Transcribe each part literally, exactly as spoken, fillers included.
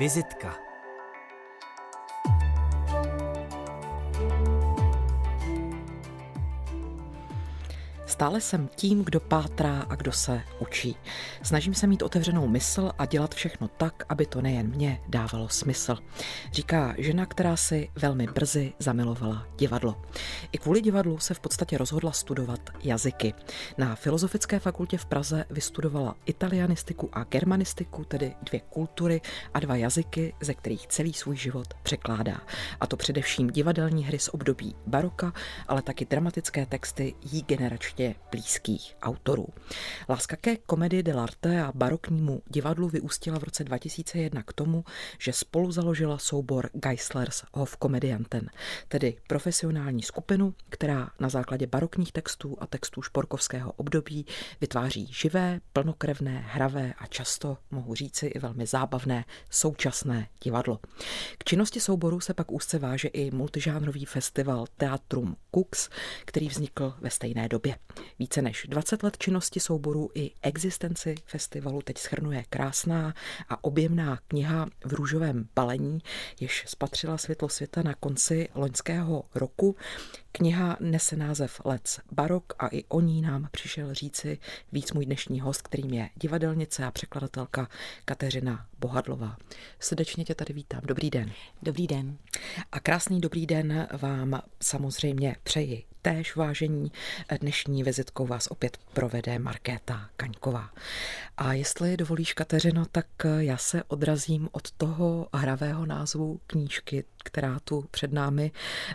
Vizitka. Stále jsem tím, kdo pátrá a kdo se učí. Snažím se mít otevřenou mysl a dělat všechno tak, aby to nejen mě dávalo smysl. Říká žena, která si velmi brzy zamilovala divadlo. I kvůli divadlu se v podstatě rozhodla studovat jazyky. Na Filozofické fakultě v Praze vystudovala italianistiku a germanistiku, tedy dvě kultury a dva jazyky, ze kterých celý svůj život překládá. A to především divadelní hry z období baroka, ale taky dramatické texty jí generačně blízkých autorů. Láska ke komedii dell'arte a baroknímu divadlu vyústila v roce dva tisíce jedna k tomu, že spolu založila soubor Geisler's Hofkomödianten, tedy profesionální skupinu, která na základě barokních textů a textů šporkovského období vytváří živé, plnokrevné, hravé a často, mohu říci, i velmi zábavné současné divadlo. K činnosti souboru se pak úzce váže i multižánrový festival Theatrum Cux, který vznikl ve stejné době. Více než dvacet let činnosti souboru i existenci festivalu teď shrnuje krásná a objemná kniha v růžovém balení, jež spatřila světlo světa na konci loňského roku. Kniha nese název Let's Barok a i o ní nám přišel říci víc můj dnešní host, kterým je divadelnice a překladatelka Kateřina Bohadlová. Srdečně tě tady vítám. Dobrý den. Dobrý den. A krásný dobrý den vám samozřejmě přeji též, vážení. Dnešní vizitkou vás opět provede Markéta Kaňková. A jestli dovolíš, Kateřino, tak já se odrazím od toho hravého názvu knížky, která tu před námi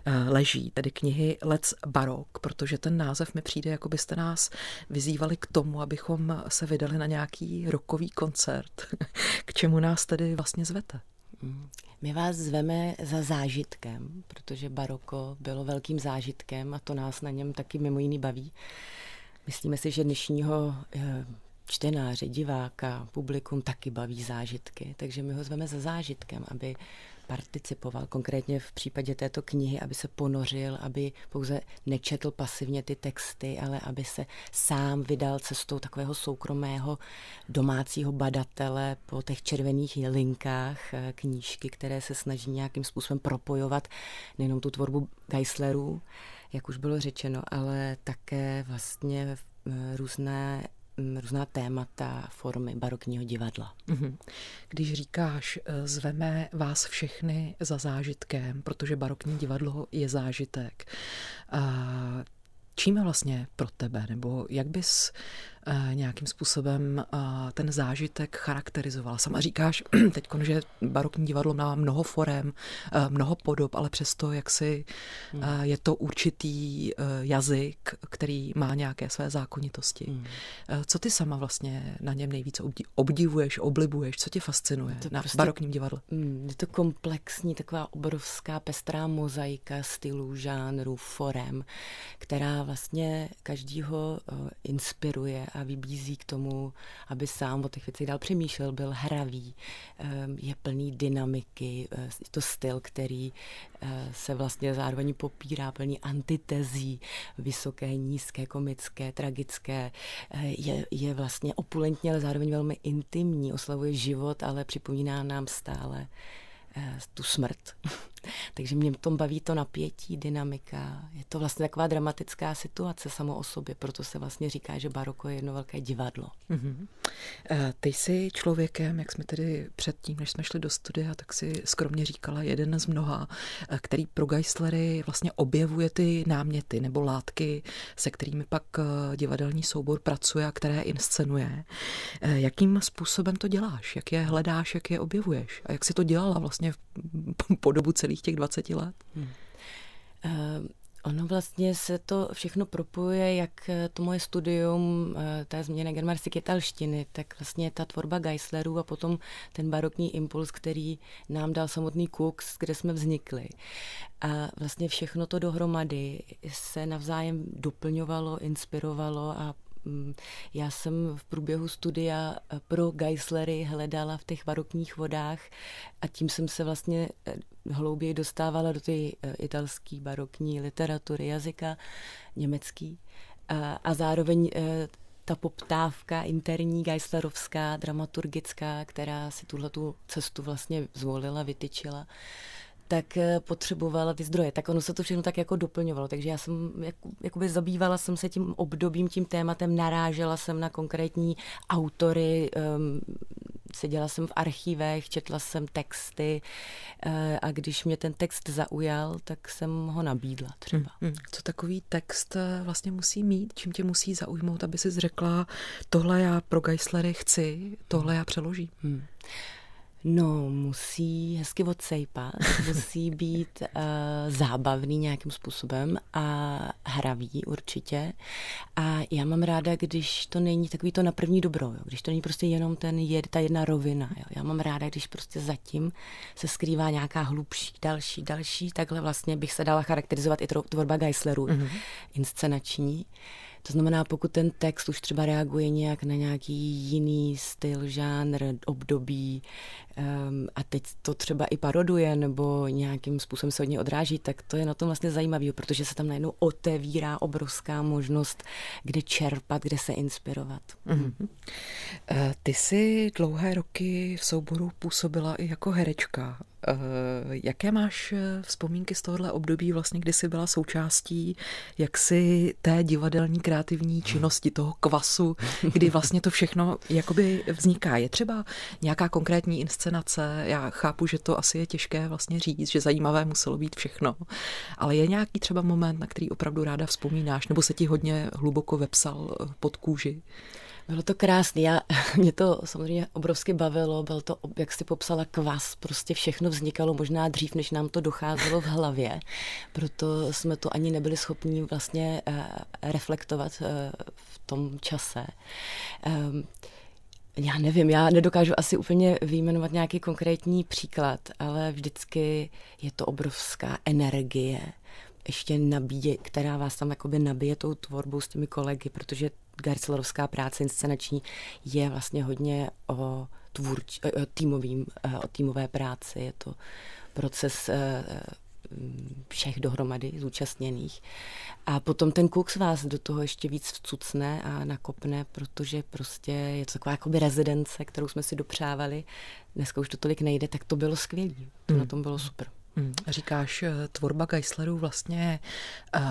leží, tedy knihy Let's Barok, protože ten název mi přijde, jako byste nás vyzývali k tomu, abychom se vydali na nějaký rockový koncert. K čemu nás tedy vlastně zvete? My vás zveme za zážitkem, protože baroko bylo velkým zážitkem a to nás na něm taky mimo jiný baví. Myslíme si, že dnešního čtenáře, diváka, publikum taky baví zážitky, takže my ho zveme za zážitkem, aby participoval, konkrétně v případě této knihy, aby se ponořil, aby pouze nečetl pasivně ty texty, ale aby se sám vydal cestou takového soukromého domácího badatele po těch červených linkách knížky, které se snaží nějakým způsobem propojovat nejenom tu tvorbu Geislerů, jak už bylo řečeno, ale také vlastně různé různá témata, formy barokního divadla. Když říkáš, zveme vás všechny za zážitkem, protože barokní divadlo je zážitek, čím je vlastně pro tebe, nebo jak bys nějakým způsobem ten zážitek charakterizovala? Sama říkáš teď, že barokní divadlo má mnoho forem, mnoho podob, ale přesto jaksi hmm. je to určitý jazyk, který má nějaké své zákonitosti. Hmm. Co ty sama vlastně na něm nejvíc obdivuješ, oblibuješ? Co tě fascinuje na prostě barokním divadle? Je to komplexní, taková obrovská pestrá mozaika stylů, žánrů, forem, která vlastně každýho inspiruje a vybízí k tomu, aby sám o těch věcech dál přemýšlel, byl hravý, je plný dynamiky, je to styl, který se vlastně zároveň popírá, plný antitezí, vysoké, nízké, komické, tragické, je, je vlastně opulentní, ale zároveň velmi intimní, oslavuje život, ale připomíná nám stále tu smrt. Takže mě v tom baví to napětí, dynamika. Je to vlastně taková dramatická situace samo o sobě, proto se vlastně říká, že baroko je jedno velké divadlo. Mm-hmm. Ty jsi člověkem, jak jsme tedy předtím, než jsme šli do studia, tak si skromně říkala jeden z mnoha, který pro Geislery vlastně objevuje ty náměty nebo látky, se kterými pak divadelní soubor pracuje a které inscenuje. Jakým způsobem to děláš? Jak je hledáš, jak je objevuješ? A jak jsi to dělala vlastně po dobu celých těch dvaceti let? Hmm. Uh, ono vlastně se to všechno propojuje, jak to moje studium té změny germanistiky italštiny, tak vlastně ta tvorba Geislerů a potom ten barokní impuls, který nám dal samotný Cux, kde jsme vznikli. A vlastně všechno to dohromady se navzájem doplňovalo, inspirovalo a já jsem v průběhu studia pro Geislery hledala v těch barokních vodách a tím jsem se vlastně hlouběji dostávala do té italské barokní literatury, jazyka, německý a, a zároveň ta poptávka interní geislerovská, dramaturgická, která si tuhletu cestu vlastně zvolila, vytyčila, tak potřebovala ty zdroje. Tak ono se to všechno tak jako doplňovalo. Takže já jsem jako, jakoby zabývala jsem se tím obdobím, tím tématem, narážela jsem na konkrétní autory, um, seděla jsem v archívech, četla jsem texty uh, a když mě ten text zaujal, tak jsem ho nabídla třeba. Hmm, hmm. Co takový text vlastně musí mít? Čím tě musí zaujmout, aby jsi řekla, tohle já pro Geislery chci, tohle já přeložím? Hmm. No, musí hezky odsejpat, musí být uh, zábavný nějakým způsobem a hravý určitě. A já mám ráda, když to není takový to na první dobro, jo? Když to není prostě jenom ten jed, ta jedna rovina. Jo? Já mám ráda, když prostě zatím se skrývá nějaká hlubší, další, další. Takhle vlastně bych se dala charakterizovat i tvorba Geislerů, mm-hmm. inscenační. To znamená, pokud ten text už třeba reaguje nějak na nějaký jiný styl, žánr, období um, a teď to třeba i paroduje nebo nějakým způsobem se od něj odráží, tak to je na tom vlastně zajímavé, protože se tam najednou otevírá obrovská možnost, kde čerpat, kde se inspirovat. Mm-hmm. Ty jsi dlouhé roky v souboru působila i jako herečka. Jaké máš vzpomínky z tohohle období, vlastně, kdy jsi byla součástí jaksi té divadelní kreativní činnosti, toho kvasu, kdy vlastně to všechno jakoby vzniká? Je třeba nějaká konkrétní inscenace? Já chápu, že to asi je těžké vlastně říct, že zajímavé muselo být všechno, ale je nějaký třeba moment, na který opravdu ráda vzpomínáš, nebo se ti hodně hluboko vepsal pod kůži? Bylo to krásný, já, mě to samozřejmě obrovsky bavilo, byl to, jak jsi popsala, kvas, prostě všechno vznikalo možná dřív, než nám to docházelo v hlavě, proto jsme to ani nebyli schopni vlastně uh, reflektovat uh, v tom čase. Um, já nevím, já nedokážu asi úplně vyjmenovat nějaký konkrétní příklad, ale vždycky je to obrovská energie, ještě nabíje, která vás tam jakoby nabije tou tvorbou s těmi kolegy, protože geislerovská práce inscenační je vlastně hodně o, tvůrč, o, týmovým, o týmové práci, je to proces všech dohromady zúčastněných. A potom ten kux vás do toho ještě víc vcucne a nakopne, protože prostě je to taková jakoby rezidence, kterou jsme si dopřávali. Dneska už to tolik nejde, tak to bylo skvělé. To hmm. na tom bylo super. Hmm. Říkáš, tvorba Geislerů vlastně uh,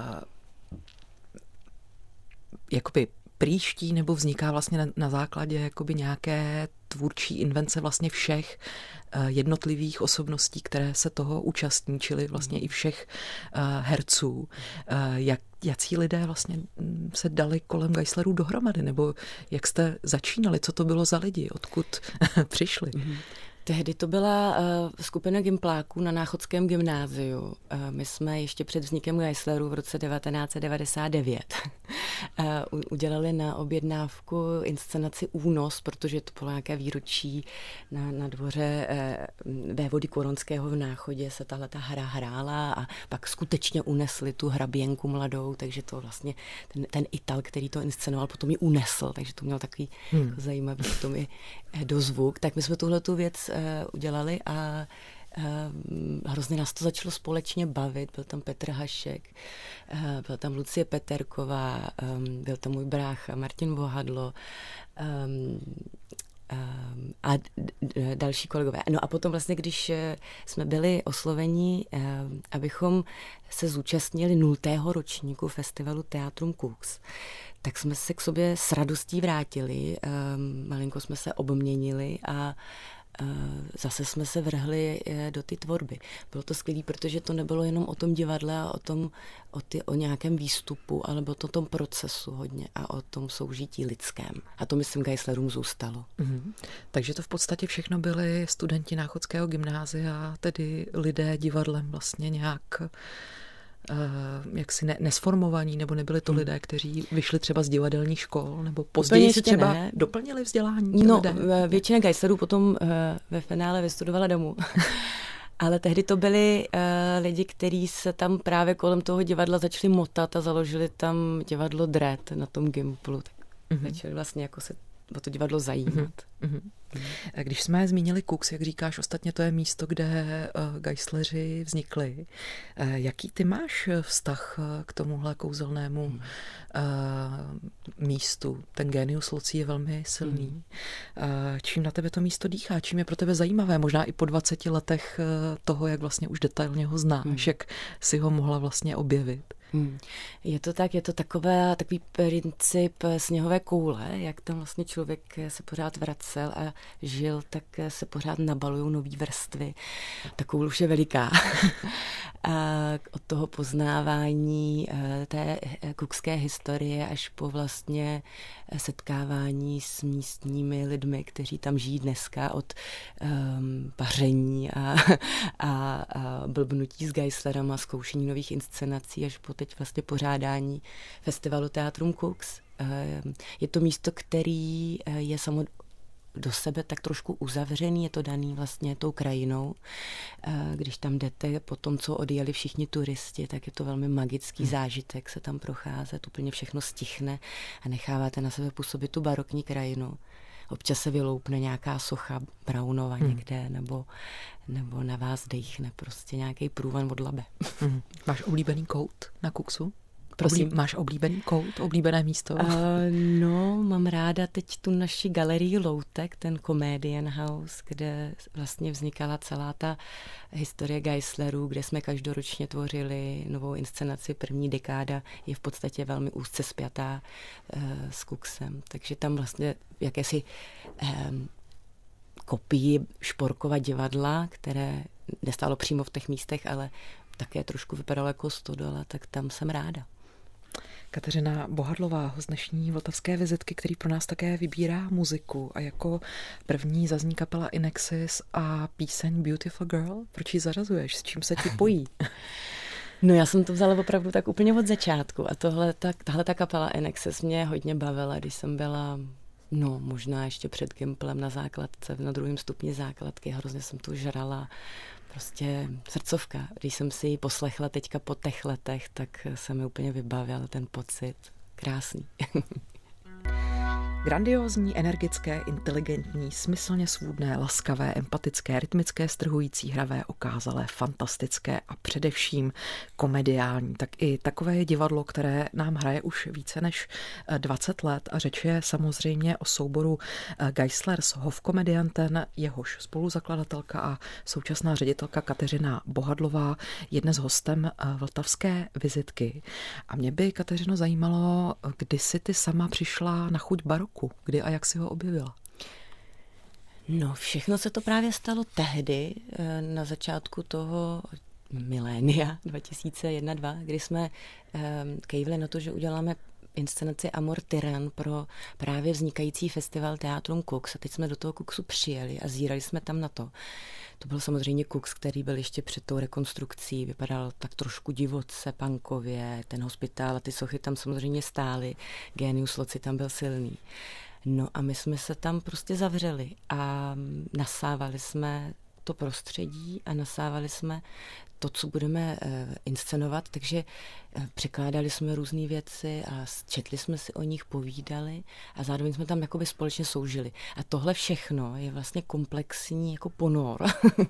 jakoby příští nebo vzniká vlastně na, na základě jakoby nějaké tvůrčí invence vlastně všech uh, jednotlivých osobností, které se toho účastní, čili vlastně mm. i všech uh, herců. Uh, jak, jací lidé vlastně se dali kolem Geislerů dohromady, nebo jak jste začínali, co to bylo za lidi, odkud přišli? Mm. Tehdy to byla uh, skupina gympláků na Náchodském gymnáziu. Uh, my jsme ještě před vznikem Geislerů v roce devatenáct set devadesát devět uh, udělali na objednávku inscenaci Únos, protože to bylo nějaké výročí na, na dvoře uh, vévody Koronského v Náchodě se tahleta hra hrála a pak skutečně unesli tu hraběnku mladou, takže to vlastně ten, ten Ital, který to inscenoval, potom ji unesl, takže to měl takový hmm. jako zajímavý potom i dozvuk. Tak my jsme tuhletu věc udělali a hrozně nás to začalo společně bavit. Byl tam Petr Hašek, byla tam Lucie Peterková, byl tam můj brácha Martin Bohadlo a další kolegové. No a potom vlastně, když jsme byli osloveni, abychom se zúčastnili nultého ročníku festivalu Teatrum Kux, tak jsme se k sobě s radostí vrátili, malinko jsme se obměnili a zase jsme se vrhli do ty tvorby. Bylo to skvělé, protože to nebylo jenom o tom divadle a o tom, o, ty, o nějakém výstupu, ale bylo to o tom procesu hodně a o tom soužití lidském. A to myslím Geislerům zůstalo. Mm-hmm. Takže to v podstatě všechno byli studenti Náchodského gymnázia, tedy lidé divadlem vlastně nějak Uh, jaksi ne, nesformovaní, nebo nebyli to lidé, kteří vyšli třeba z divadelních škol, nebo později si třeba ne. doplnili vzdělání? No, lidé? Většina Geislerů potom uh, ve finále vystudovala domů. Ale tehdy to byli uh, lidi, kteří se tam právě kolem toho divadla začali motat a založili tam divadlo Dread na tom Gimplu. Tak mm-hmm. začali vlastně jako se o to divadlo zajímat. Mm-hmm. Když jsme zmínili Kux, jak říkáš, ostatně to je místo, kde uh, Geisleri vznikli. Uh, jaký ty máš vztah k tomuhle kouzelnému uh, místu? Ten genius loci je velmi silný. Mm. Uh, čím na tebe to místo dýchá? Čím je pro tebe zajímavé? Možná i po dvaceti letech uh, toho, jak vlastně už detailně ho znáš, mm. jak si ho mohla vlastně objevit. Hmm. Je to tak, je to takové, takový princip sněhové koule, jak tam vlastně člověk se pořád vracel a žil, tak se pořád nabalují nový vrstvy. Ta koule už je veliká. A od toho poznávání té kukské historie až po vlastně setkávání s místními lidmi, kteří tam žijí dneska, od um, paření a, a, a blbnutí s Geislerama, zkoušení nových inscenací až po teď vlastně pořádání festivalu Teatrum Kux. Je to místo, který je samo do sebe tak trošku uzavřený, je to daný vlastně tou krajinou. Když tam jdete po tom, co odjeli všichni turisti, tak je to velmi magický zážitek se tam procházet, úplně všechno stichne a necháváte na sebe působit tu barokní krajinu. Občas se vyloupne nějaká socha Braunova hmm. někde, nebo, nebo na vás dejchne prostě nějaký průvan od Labe. Hmm. Máš oblíbený kout na Kuxu? Prosím. Oblí, máš oblíbený kout, oblíbené místo? Uh, no, mám ráda teď tu naši galerii Loutek, ten Comedian House, kde vlastně vznikala celá ta historie Geislerů, kde jsme každoročně tvořili novou inscenaci. První dekáda je v podstatě velmi úzce spjatá uh, s Kuxem. Takže tam vlastně jakési um, kopii Šporkova divadla, které nestálo přímo v těch místech, ale také trošku vypadalo jako stodola, tak tam jsem ráda. Kateřina Bohadlová z dnešní vltavské vizitky, který pro nás také vybírá muziku a jako první zazní kapela Inexis a píseň Beautiful Girl. Proč ji zařazuješ? S čím se ti pojí? No já jsem to vzala opravdu tak úplně od začátku a tohle, tak, tahle ta kapela Inexis mě hodně bavila, když jsem byla no možná ještě před Gimplem na základce, na druhém stupni základky, hrozně jsem tu žrala. Prostě srdcovka. Když jsem si ji poslechla teďka po těch letech, tak se mi úplně vybavil ten pocit. Krásný. Grandiózní, energické, inteligentní, smyslně svůdné, laskavé, empatické, rytmické, strhující, hravé, okázalé, fantastické a především komediální. Tak i takové je divadlo, které nám hraje už více než dvacet let a řeč je samozřejmě o souboru Geislers Hofkomedianten, jehož spoluzakladatelka a současná ředitelka Kateřina Bohadlová je dnes hostem vltavské vizitky. A mě by, Kateřino, zajímalo, kdy jsi ty sama přišla na chuť baroku. Kdy a jak si ho objevila? No, všechno se to právě stalo tehdy, na začátku toho milénia dva tisíce jedna dva, kdy jsme kejvli na to, že uděláme inscenaci Amor Tyran pro právě vznikající festival Teatrum Kux. A teď jsme do toho Kuxu přijeli a zírali jsme tam na to. To byl samozřejmě Kux, který byl ještě před tou rekonstrukcí, vypadal tak trošku divoce, punkově, ten hospitál a ty sochy tam samozřejmě stály, genius loci tam byl silný. No a my jsme se tam prostě zavřeli a nasávali jsme to prostředí a nasávali jsme to, co budeme uh, inscenovat, takže uh, překládali jsme různé věci a četli jsme si o nich, povídali a zároveň jsme tam jakoby společně soužili. A tohle všechno je vlastně komplexní jako ponor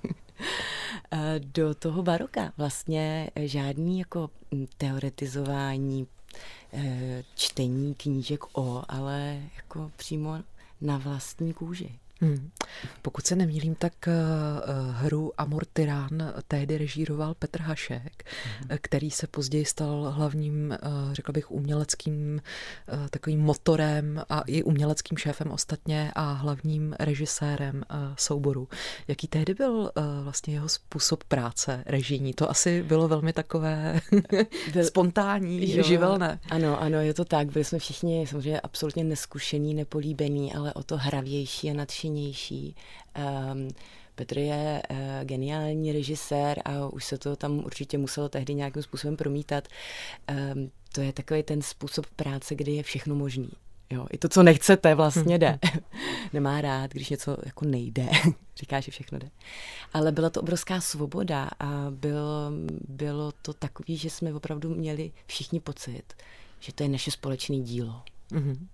do toho baroka. Vlastně žádný jako teoretizování, čtení knížek o, ale jako přímo na vlastní kůži. Hmm. Pokud se nemýlím, tak uh, hru Amor Tyran tehdy režíroval Petr Hašek, hmm. který se později stal hlavním, uh, řekla bych, uměleckým uh, takovým motorem a i uměleckým šéfem ostatně a hlavním režisérem uh, souboru. Jaký tehdy byl uh, vlastně jeho způsob práce režijní? To asi bylo velmi takové byl, spontánní, jo, živelné. Ano, ano, je to tak. Byli jsme všichni samozřejmě absolutně neskušení, nepolíbení, ale o to hravější a nadšení. Um, Petr je uh, geniální režisér a už se to tam určitě muselo tehdy nějakým způsobem promítat. Um, to je takový ten způsob práce, kdy je všechno možný. Jo, i to, co nechcete, vlastně jde. Nemá rád, když něco jako nejde. Říká, že všechno jde. Ale byla to obrovská svoboda a bylo, bylo to takový, že jsme opravdu měli všichni pocit, že to je naše společné dílo. Mm-hmm.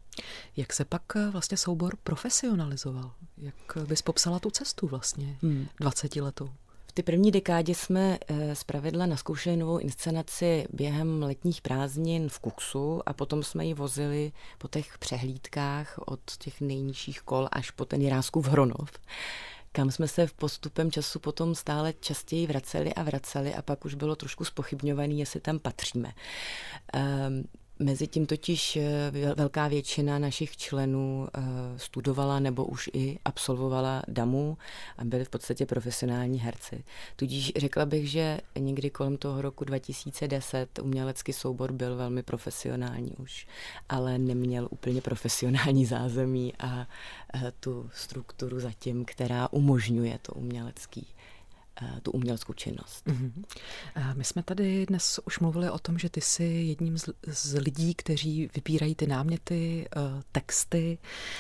Jak se pak vlastně soubor profesionalizoval? Jak bys popsala tu cestu vlastně hmm. dvacetiletou? V té první dekádě jsme zpravidla naskoušeli novou inscenaci během letních prázdnin v Kuxu a potom jsme ji vozili po těch přehlídkách od těch nejnižších kol až po ten Jiráskův Hronov, kam jsme se v postupem času potom stále častěji vraceli a vraceli a pak už bylo trošku zpochybňovaný, jestli tam patříme. Um, Mezitím totiž velká většina našich členů studovala nebo už i absolvovala damu a byli v podstatě profesionální herci. Tudíž řekla bych, že někdy kolem toho roku dva tisíce deset umělecký soubor byl velmi profesionální už, ale neměl úplně profesionální zázemí a tu strukturu zatím, která umožňuje to umělecký tu uměleckou činnost. Mm-hmm. My jsme tady dnes už mluvili o tom, že ty jsi jedním z, z lidí, kteří vybírají ty náměty, texty.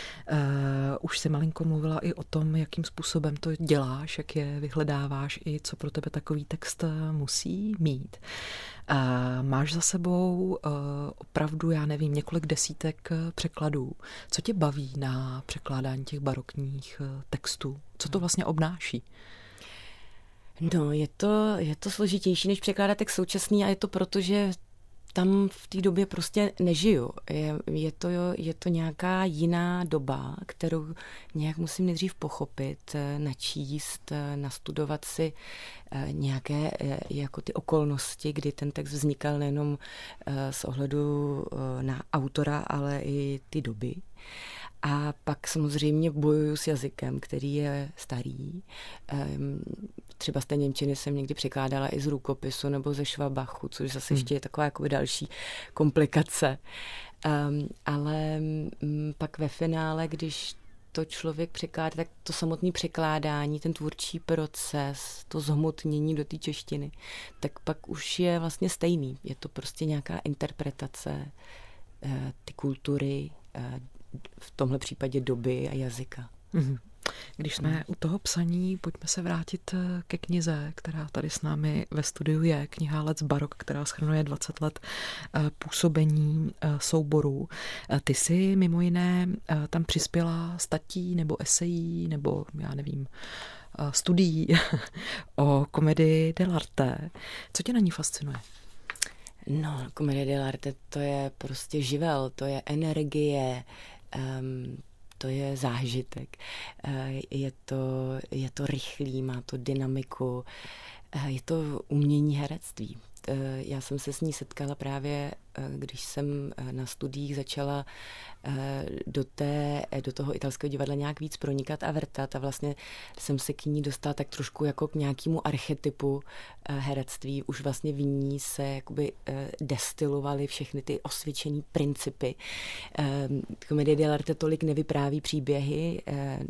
Už jsi malinko mluvila i o tom, jakým způsobem to děláš, jak je vyhledáváš i co pro tebe takový text musí mít. Máš za sebou opravdu, já nevím, několik desítek překladů. Co tě baví na překládání těch barokních textů? Co to vlastně obnáší? No, je to, je to složitější, než překládat text současný a je to proto, že tam v té době prostě nežiju. Je, je, to, je to nějaká jiná doba, kterou nějak musím nejdřív pochopit, načíst, nastudovat si nějaké jako ty okolnosti, kdy ten text vznikal nejenom z ohledu na autora, ale i ty doby. A pak samozřejmě bojuju s jazykem, který je starý. Třeba z té němčiny jsem někdy překládala i z rukopisu nebo ze Švabachu, což zase ještě je taková jakoby další komplikace. Um, ale m, pak ve finále, když to člověk překládá, tak to samotné překládání, ten tvůrčí proces, to zhmotnění do té češtiny, tak pak už je vlastně stejný. Je to prostě nějaká interpretace uh, ty kultury, uh, v tomhle případě doby a jazyka. Mm-hmm. Když jsme u toho psaní, pojďme se vrátit ke knize, která tady s námi ve studiu je. Kniha Let's Barok, která shrnuje dvacet let působení souboru. Ty jsi mimo jiné tam přispěla statí nebo esejí nebo já nevím, studií o komedii dell'arte. Co tě na ní fascinuje? No, komedie dell'arte to je prostě živel, to je energie, um, to je zážitek. Je to, je to rychlý, má to dynamiku, je to umění herectví. Já jsem se s ní setkala právě, když jsem na studiích začala do, té, do toho italského divadla nějak víc pronikat a vrtat a vlastně jsem se k ní dostala tak trošku jako k nějakému archetypu herectví. Už vlastně v ní se jakoby destilovaly všechny ty osvědčené principy. Komedie dell'arte tolik nevypráví příběhy,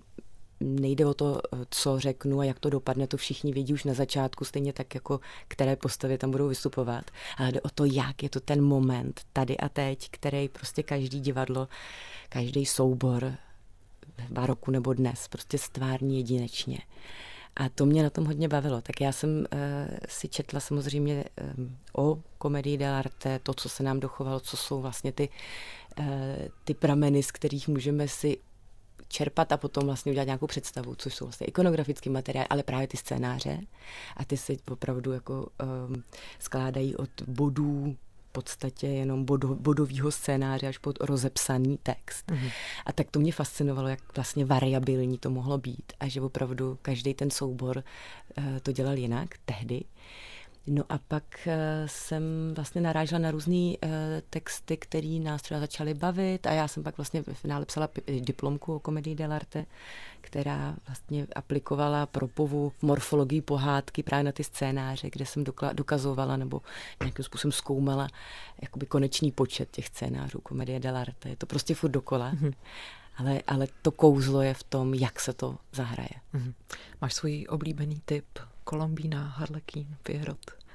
nejde o to, co řeknu a jak to dopadne, to všichni vědí už na začátku, stejně tak, jako které postavy tam budou vystupovat. Ale jde o to, jak je to ten moment, tady a teď, který prostě každý divadlo, každý soubor v baroku nebo dnes prostě stvární jedinečně. A to mě na tom hodně bavilo. Tak já jsem uh, si četla samozřejmě um, o komedii dell'arte, to, co se nám dochovalo, co jsou vlastně ty, uh, ty prameny, z kterých můžeme si čerpat a potom vlastně udělat nějakou představu, což jsou vlastně ikonografický materiál, ale právě ty scénáře. A ty se opravdu jako um, skládají od bodů, v podstatě jenom bodo, bodovýho scénáře až pod rozepsaný text. Mm-hmm. A tak to mě fascinovalo, jak vlastně variabilní to mohlo být a že opravdu každý ten soubor uh, to dělal jinak tehdy. No a pak uh, jsem vlastně narážela na různý uh, texty, které nás třeba začaly bavit a já jsem pak vlastně v finále psala p- diplomku o komedii dell'arte, která vlastně aplikovala propovu morfologii pohádky právě na ty scénáře, kde jsem dokla- dokazovala nebo nějakým způsobem zkoumala jakoby konečný počet těch scénářů komedie dell'arte. Je to prostě furt dokola. Mm-hmm. Ale, ale to kouzlo je v tom, jak se to zahraje. Mm-hmm. Máš svůj oblíbený typ? Kolombína, Harlekín, Pierrot?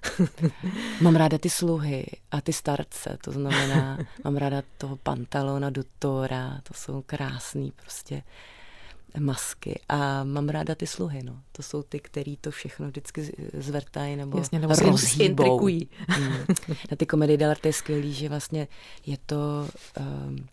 Mám ráda ty sluhy a ty starce, to znamená, mám ráda toho Pantalona, Dottora, to jsou krásný prostě masky a mám ráda ty sluhy, no. To jsou ty, který to všechno vždycky zvrtají nebo Jasně, nebo rozhýbou. Hmm. Na ty komedii dell'arte je skvělý, že vlastně je to um,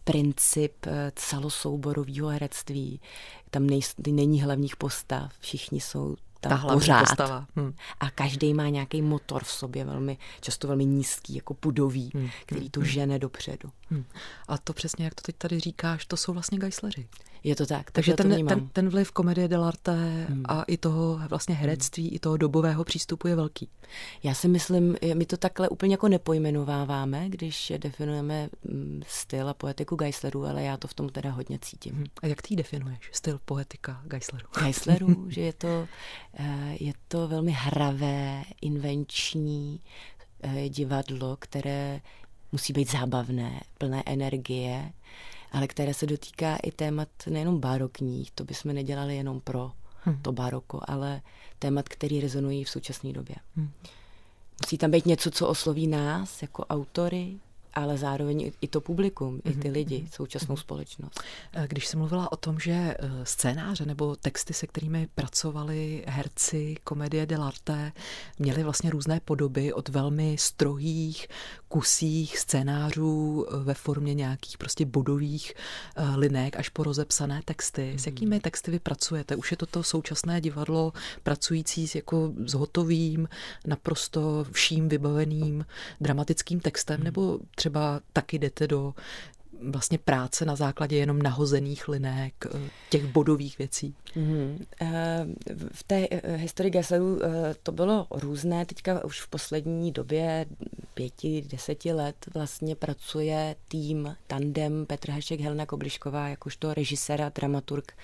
princip celosouborového herectví. Tam nej, není hlavních postav, všichni jsou tam ta pořád. Postava. Hmm. A každý má nějaký motor v sobě, velmi, často velmi nízký, jako pudový, hmm. který to žene dopředu. Hmm. A to přesně, jak to teď tady říkáš, to jsou vlastně Geisleri. Je to tak. Takže to ten, ten, ten vliv komedie dell'arte hmm. a i toho vlastně herectví, hmm. i toho dobového přístupu je velký. Já si myslím, my to takhle úplně jako nepojmenováváme, když definujeme styl a poetiku Geislerů, ale já to v tom teda hodně cítím. Hmm. A jak ty definuješ styl, poetika Geislerů? Geislerů, že je to, je to velmi hravé, invenční divadlo, které musí být zábavné, plné energie, ale které se dotýká i témat nejenom barokních, to bychom nedělali jenom pro hmm. to baroko, ale témat, které rezonují v současné době. Hmm. Musí tam být něco, co osloví nás jako autory, ale zároveň i to publikum, mm-hmm. i ty lidi, současnou mm-hmm. společnost. Když jsem mluvila o tom, že scénáře nebo texty, se kterými pracovali herci komedie dell'arte, měli vlastně různé podoby od velmi strohých, kusích scénářů ve formě nějakých prostě bodových linek až po rozepsané texty. Mm-hmm. S jakými texty vy pracujete? Už je to to současné divadlo pracující s, jako, s hotovým, naprosto vším vybaveným dramatickým textem, mm-hmm. nebo třeba taky jdete do vlastně práce na základě jenom nahozených linek, těch bodových věcí? Mm-hmm. V té historii Geislerů to bylo různé. Teďka už v poslední době pěti, deseti let vlastně pracuje tým, tandem Petr Hašek, Helena Koblišková, jakožto režisér a dramaturg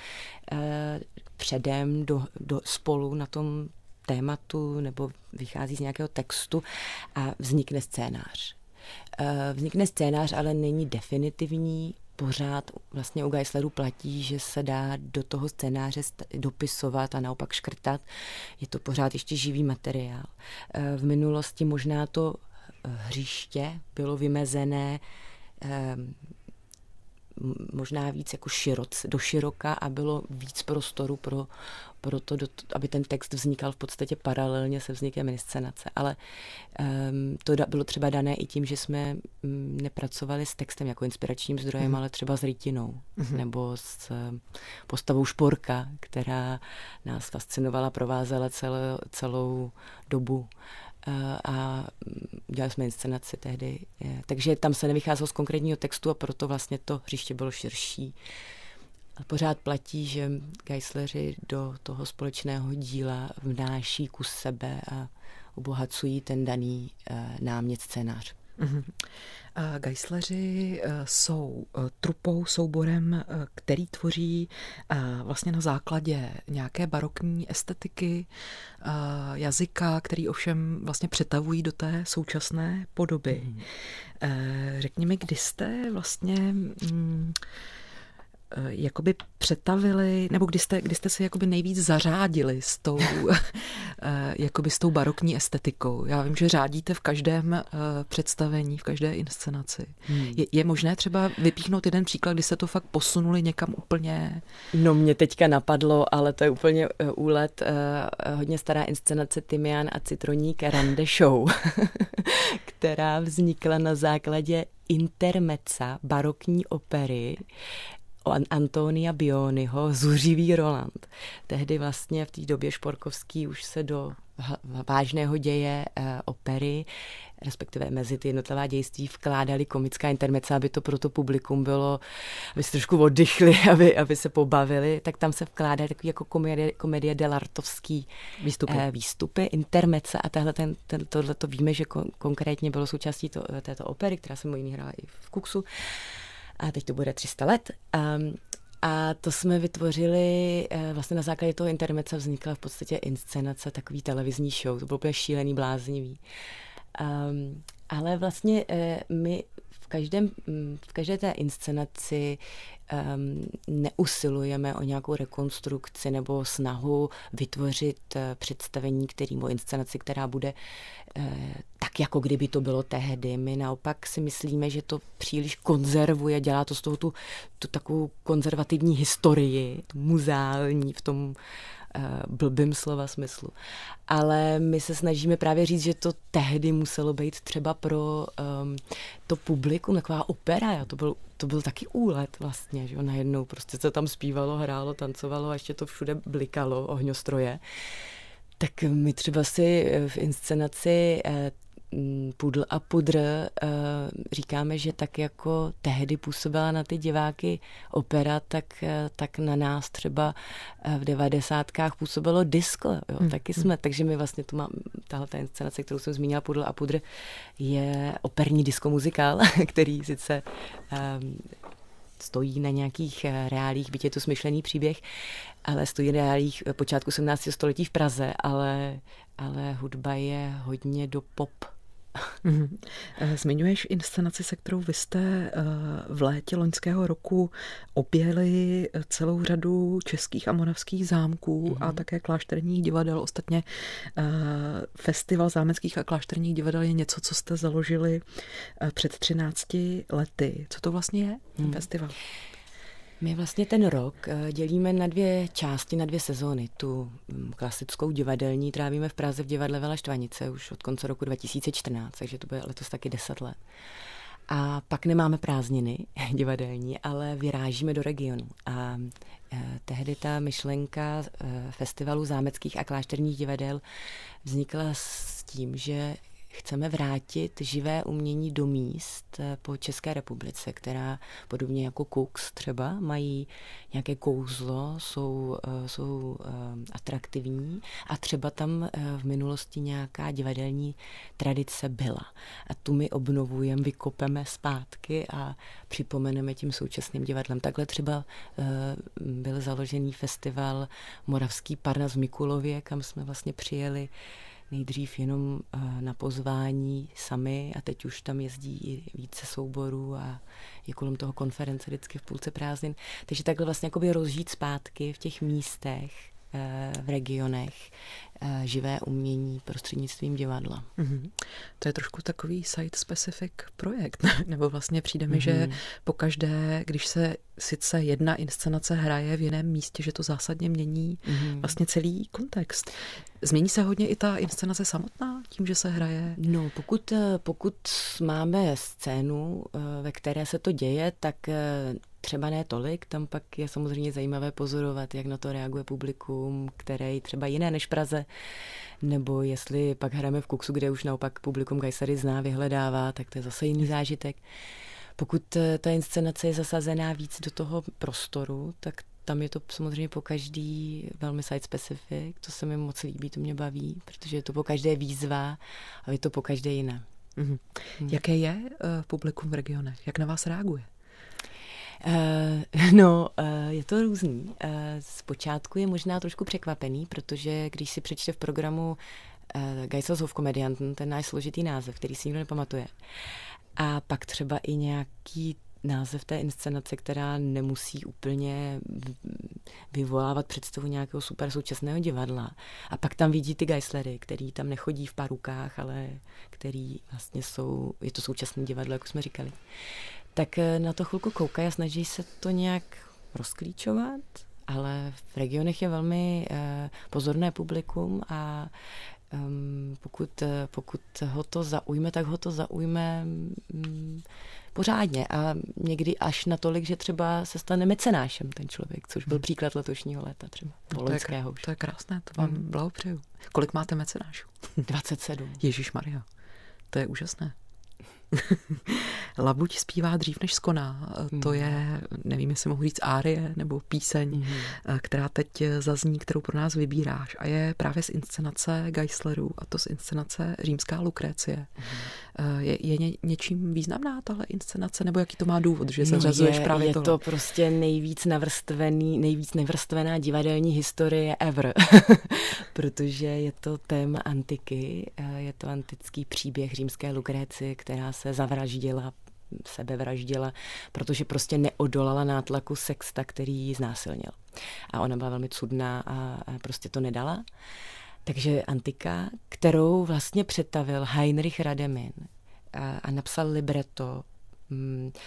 předem do, do spolu na tom tématu nebo vychází z nějakého textu a vznikne scénář. Vznikne scénář, ale není definitivní. Pořád vlastně u Geislerů platí, že se dá do toho scénáře dopisovat a naopak škrtat. Je to pořád ještě živý materiál. V minulosti možná to hřiště bylo vymezené možná víc jako široc, do široka a bylo víc prostoru pro, pro to, aby ten text vznikal v podstatě paralelně se vznikem inscenace. Ale um, to da, bylo třeba dané i tím, že jsme um, nepracovali s textem jako inspiračním zdrojem, mm. ale třeba s rytinou mm. nebo s um, postavou Šporka, která nás fascinovala, provázela celou, celou dobu. A dělali jsme inscenaci tehdy. Takže tam se nevycházelo z konkrétního textu a proto vlastně to hřiště bylo širší. A pořád platí, že Geisleři do toho společného díla vnáší kus sebe a obohacují ten daný námět, scénář. Mm-hmm. Geisleři jsou trupou, souborem, který tvoří vlastně na základě nějaké barokní estetiky, jazyka, který ovšem vlastně přetavují do té současné podoby. Mm. Řekni mi, kdy jste vlastně mm, jakoby přetavili, nebo kdy jste, kdy jste si jakoby nejvíc zařádili s tou, jakoby s tou barokní estetikou. Já vím, že řádíte v každém představení, v každé inscenaci. Hmm. Je, je možné třeba vypíchnout jeden příklad, kdy se to fakt posunuli někam úplně? No mě teďka napadlo, ale to je úplně úlet. Hodně stará inscenace Tymián a citroník Rande Show, která vznikla na základě intermezza barokní opery Antonia Bioniho Zuřivý Roland. Tehdy vlastně v té době Šporkovský už se do vážného děje e, opery, respektive mezi ty jednotlivá dějství vkládali komická intermezza, aby to pro to publikum bylo, aby se trošku oddychli, aby, aby se pobavili, tak tam se vkládaly takový jako komedie, komedie dell'artovský výstupy, e, výstupy intermezza a tahle, ten, ten, tohle to víme, že kon, konkrétně bylo součástí to, této opery, která se mimo jiný hrála i v Kuxu. A teď to bude tři sta let. Um, a to jsme vytvořili, uh, vlastně na základě toho intermezza vznikla v podstatě inscenace, takový televizní show. To bylo úplně šílený, bláznivý. Um, ale vlastně uh, my v, každém, v každé té inscenaci um, neusilujeme o nějakou rekonstrukci nebo snahu vytvořit uh, představení, kterým o inscenaci, která bude uh, tak, jako kdyby to bylo tehdy. My naopak si myslíme, že to příliš konzervuje, dělá to z toho tu, tu takovou konzervativní historii, tu muzeální v tom blbým slova smyslu. Ale my se snažíme právě říct, že to tehdy muselo být třeba pro um, to publikum taková opera. To byl, to byl taky úlet vlastně, že jo, najednou prostě se tam zpívalo, hrálo, tancovalo a ještě to všude blikalo, ohňostroje. Tak my třeba si v inscenaci eh, Pudl a pudr eh, říkáme, že tak jako tehdy působila na ty diváky opera, tak, eh, tak na nás třeba eh, v devadesátkách působilo disco. Jo, hmm. Taky jsme, takže my vlastně to mám, tahle ta inscenace, kterou jsem zmínila, Pudl a pudr, je operní disco muzikál, který sice eh, stojí na nějakých reálích, byť je to smyšlený příběh, ale stojí na reálích počátku sedmnáctého století v Praze, ale, ale hudba je hodně do pop. Mm-hmm. Zmiňuješ inscenaci, se kterou vy jste v létě loňského roku objeli celou řadu českých a moravských zámků mm-hmm. a také klášterních divadel. Ostatně festival zámeckých a klášterních divadel je něco, co jste založili před třinácti lety. Co to vlastně je, ten mm. festival? My vlastně ten rok dělíme na dvě části, na dvě sezóny. Tu klasickou divadelní trávíme v Praze v divadle Vela Štvanice už od konce roku dva tisíce čtrnáct, takže to bude letos taky deset let. A pak nemáme prázdniny divadelní, ale vyrážíme do regionu. A eh, tehdy ta myšlenka eh, festivalu zámeckých a klášterních divadel vznikla s tím, že chceme vrátit živé umění do míst po České republice, která podobně jako Kux třeba mají nějaké kouzlo, jsou, jsou atraktivní a třeba tam v minulosti nějaká divadelní tradice byla. A tu my obnovujeme, vykopeme zpátky a připomeneme tím současným divadlem. Takhle třeba byl založený festival Moravský Parnas v Mikulově, kam jsme vlastně přijeli nejdřív jenom na pozvání sami a teď už tam jezdí i více souborů a je kolem toho konference vždycky v půlce prázdnin. Takže takhle vlastně jakoby rozžít zpátky v těch místech, v regionech živé umění prostřednictvím divadla. Mm-hmm. To je trošku takový site-specific projekt, nebo vlastně přijde mi, mm-hmm. že pokaždé, když se sice jedna inscenace hraje v jiném místě, že to zásadně mění mm-hmm. vlastně celý kontext. Změní se hodně i ta inscenace samotná tím, že se hraje? No, pokud, pokud máme scénu, ve které se to děje, tak třeba ne tolik, tam pak je samozřejmě zajímavé pozorovat, jak na to reaguje publikum, které je třeba jiné než v Praze, nebo jestli pak hrajeme v Kuxu, kde už naopak publikum Geislery zná, vyhledává, tak to je zase jiný zážitek. Pokud ta inscenace je zasazená víc do toho prostoru, tak tam je to samozřejmě po každý velmi site specific, to se mi moc líbí, to mě baví, protože je to po každé výzva a je to po každé jiné. Mm-hmm. Hmm. Jaké je uh, publikum v regionech? Jak na vás reaguje? Uh, no, uh, je to různý. Uh, zpočátku je možná trošku překvapený, protože když si přečte v programu uh, Geisels Hofkomedianten, ten náš složitý název, který si nikdo nepamatuje, a pak třeba i nějaký název té inscenace, která nemusí úplně vyvolávat představu nějakého super současného divadla. A pak tam vidí ty Geislery, který tam nechodí v parukách, ale který vlastně jsou, je to současné divadlo, jak jsme říkali. Tak na to chvilku koukají a snaží se to nějak rozklíčovat, ale v regionech je velmi eh, pozorné publikum a um, pokud, pokud ho to zaujme, tak ho to zaujme um, pořádně a někdy až natolik, že třeba se stane mecenášem ten člověk, což byl příklad letošního léta třeba. No to, je, to je krásné, to vám hmm. blahopřeju. Kolik máte mecenášů? dvacet sedm. Ježišmarja, to je úžasné. Labuť zpívá dřív než skoná. To je, nevím, jestli mohu říct árie nebo píseň, mm. která teď zazní, kterou pro nás vybíráš. A je právě z inscenace Geislerů, a to z inscenace Římská Lukrécie. Mm. Je, je ně, něčím významná tahle inscenace, nebo jaký to má důvod, že zařazuješ no právě je tohle? Je to prostě nejvíc navrstvený, nejvíc nevrstvená divadelní historie ever. Protože je to téma antiky, je to antický příběh Římské Lukrécie, která se zavraždila, sebevraždila, protože prostě neodolala nátlaku sexta, který ji znásilnil. A ona byla velmi cudná a, a prostě to nedala. Takže antika, kterou vlastně přetavil Heinrich Rademin a, a napsal libreto.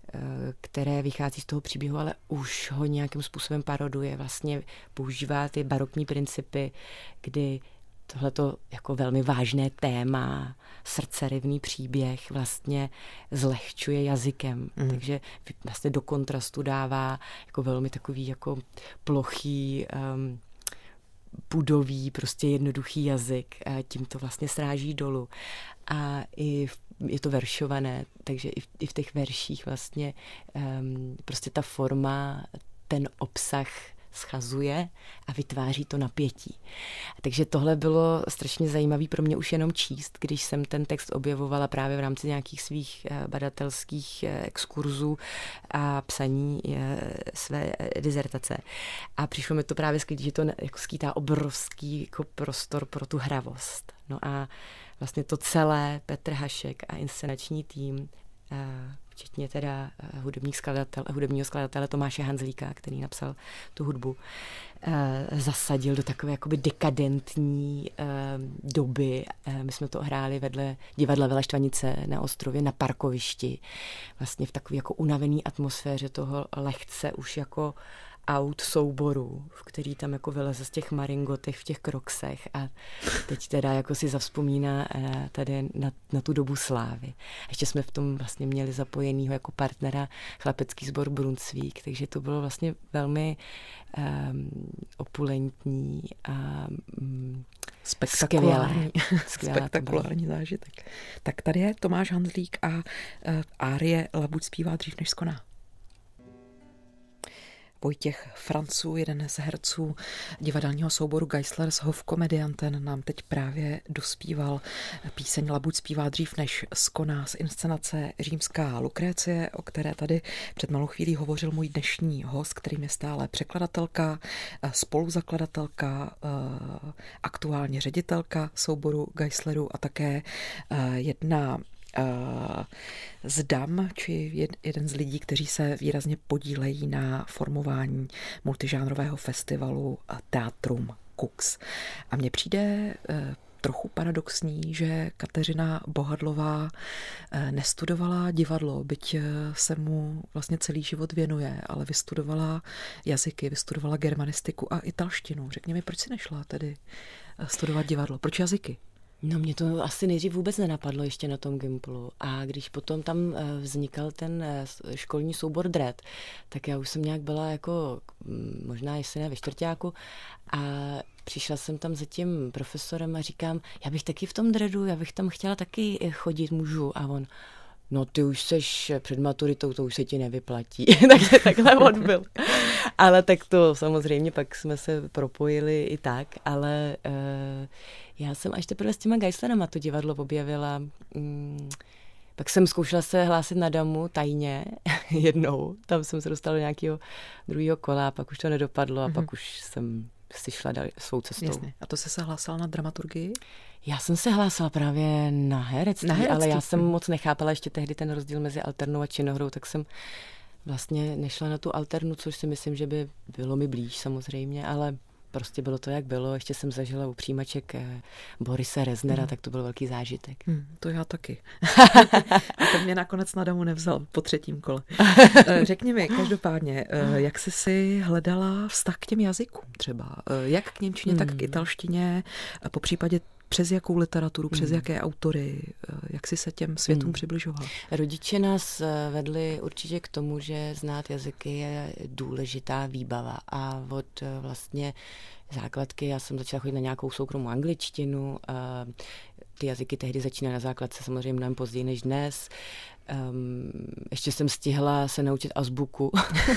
které vychází z toho příběhu, ale už ho nějakým způsobem paroduje, vlastně používá ty barokní principy, kdy tohleto jako velmi vážné téma, srdcerivný příběh vlastně zlehčuje jazykem. Mm. Takže vlastně do kontrastu dává jako velmi takový jako plochý, um, pudový, prostě jednoduchý jazyk. A tím to vlastně sráží dolů. A i v, je to veršované, takže i v, i v těch verších vlastně um, prostě ta forma, ten obsah schazuje a vytváří to napětí. Takže tohle bylo strašně zajímavé pro mě už jenom číst, když jsem ten text objevovala právě v rámci nějakých svých badatelských exkurzů a psaní své dizertace. A přišlo mi to právě skvělé, že to jako skýtá obrovský jako prostor pro tu hravost. No a vlastně to celé Petr Hašek a inscenační tým, včetně teda hudebních skladatel, hudebního skladatele Tomáše Hanzlíka, který napsal tu hudbu, zasadil do takové jakoby dekadentní doby. My jsme to hráli vedle divadla Vila Štvanice na ostrově, na parkovišti, vlastně v takové jako unavený atmosféře toho lehce už jako aut souboru, v který tam jako vyleze z těch maringotech v těch kroksech a teď teda jako si zavzpomíná tady na, na tu dobu slávy. Ještě jsme v tom vlastně měli zapojenýho jako partnera chlapecký sbor Brunsvík, takže to bylo vlastně velmi um, opulentní a um, spektakulární, skvělé, spektakulární zážitek. Tak tady je Tomáš Hanzlík a uh, árie Labuť zpívá dřív než skoná. Vojtěch Franců, jeden z herců divadelního souboru Geisler's Hofkomedianten, nám teď právě dospíval píseň Labuť zpívá dřív než skoná z inscenace Římská Lukrécie, o které tady před malou chvílí hovořil můj dnešní host, kterým je stále překladatelka, spoluzakladatelka, aktuálně ředitelka souboru Geisleru a také jedna z dam, či jeden z lidí, kteří se výrazně podílejí na formování multižánrového festivalu Teatrum Kux. A mně přijde trochu paradoxní, že Kateřina Bohadlová nestudovala divadlo, byť se mu vlastně celý život věnuje, ale vystudovala jazyky, vystudovala germanistiku a italštinu. Řekni mi, proč si nešla tedy studovat divadlo? Proč jazyky? No mě to asi nejdřív vůbec nenapadlo ještě na tom Gimplu. A když potom tam vznikal ten školní soubor Dred, tak já už jsem nějak byla jako, možná jestli ne ve čtvrťáku, a přišla jsem tam za tím profesorem a říkám, já bych taky v tom Dredu, já bych tam chtěla taky chodit, můžu. A on, no ty už seš před maturitou, to už se ti nevyplatí. Takže takhle odbyl. Ale tak to samozřejmě pak jsme se propojili i tak, ale uh, já jsem až teprve s těma Geislerama to divadlo objevila. Mm, pak jsem zkoušela se hlásit na damu tajně jednou. Tam jsem se dostala do nějakého druhého kola a pak už to nedopadlo a mm-hmm. pak už jsem si šla dal, svou cestou. Jasně. A to jsi se hlásala na dramaturgii? Já jsem se hlásila právě na herectví, na herectví, ale já jsem moc nechápala ještě tehdy ten rozdíl mezi alternou a činohrou, tak jsem vlastně nešla na tu alternu, což si myslím, že by bylo mi blíž samozřejmě, ale prostě bylo to, jak bylo. Ještě jsem zažila u přijímaček Borise Reznera, hmm. tak to byl velký zážitek. Hmm, to já taky. A to mě nakonec na damu nevzal po třetím kole. Řekni mi, každopádně, jak jsi si hledala vztah k těm jazykům třeba? Jak k němčině, hmm. tak k italštině, po případě přes jakou literaturu, přes hmm. jaké autory, jak jsi se těm světům hmm. přibližoval? Rodiče nás vedli určitě k tomu, že znát jazyky je důležitá výbava a od vlastně základky já jsem začala chodit na nějakou soukromou angličtinu, ty jazyky tehdy začínaly na základce samozřejmě mnohem později než dnes. Um, ještě jsem stihla se naučit azbuku,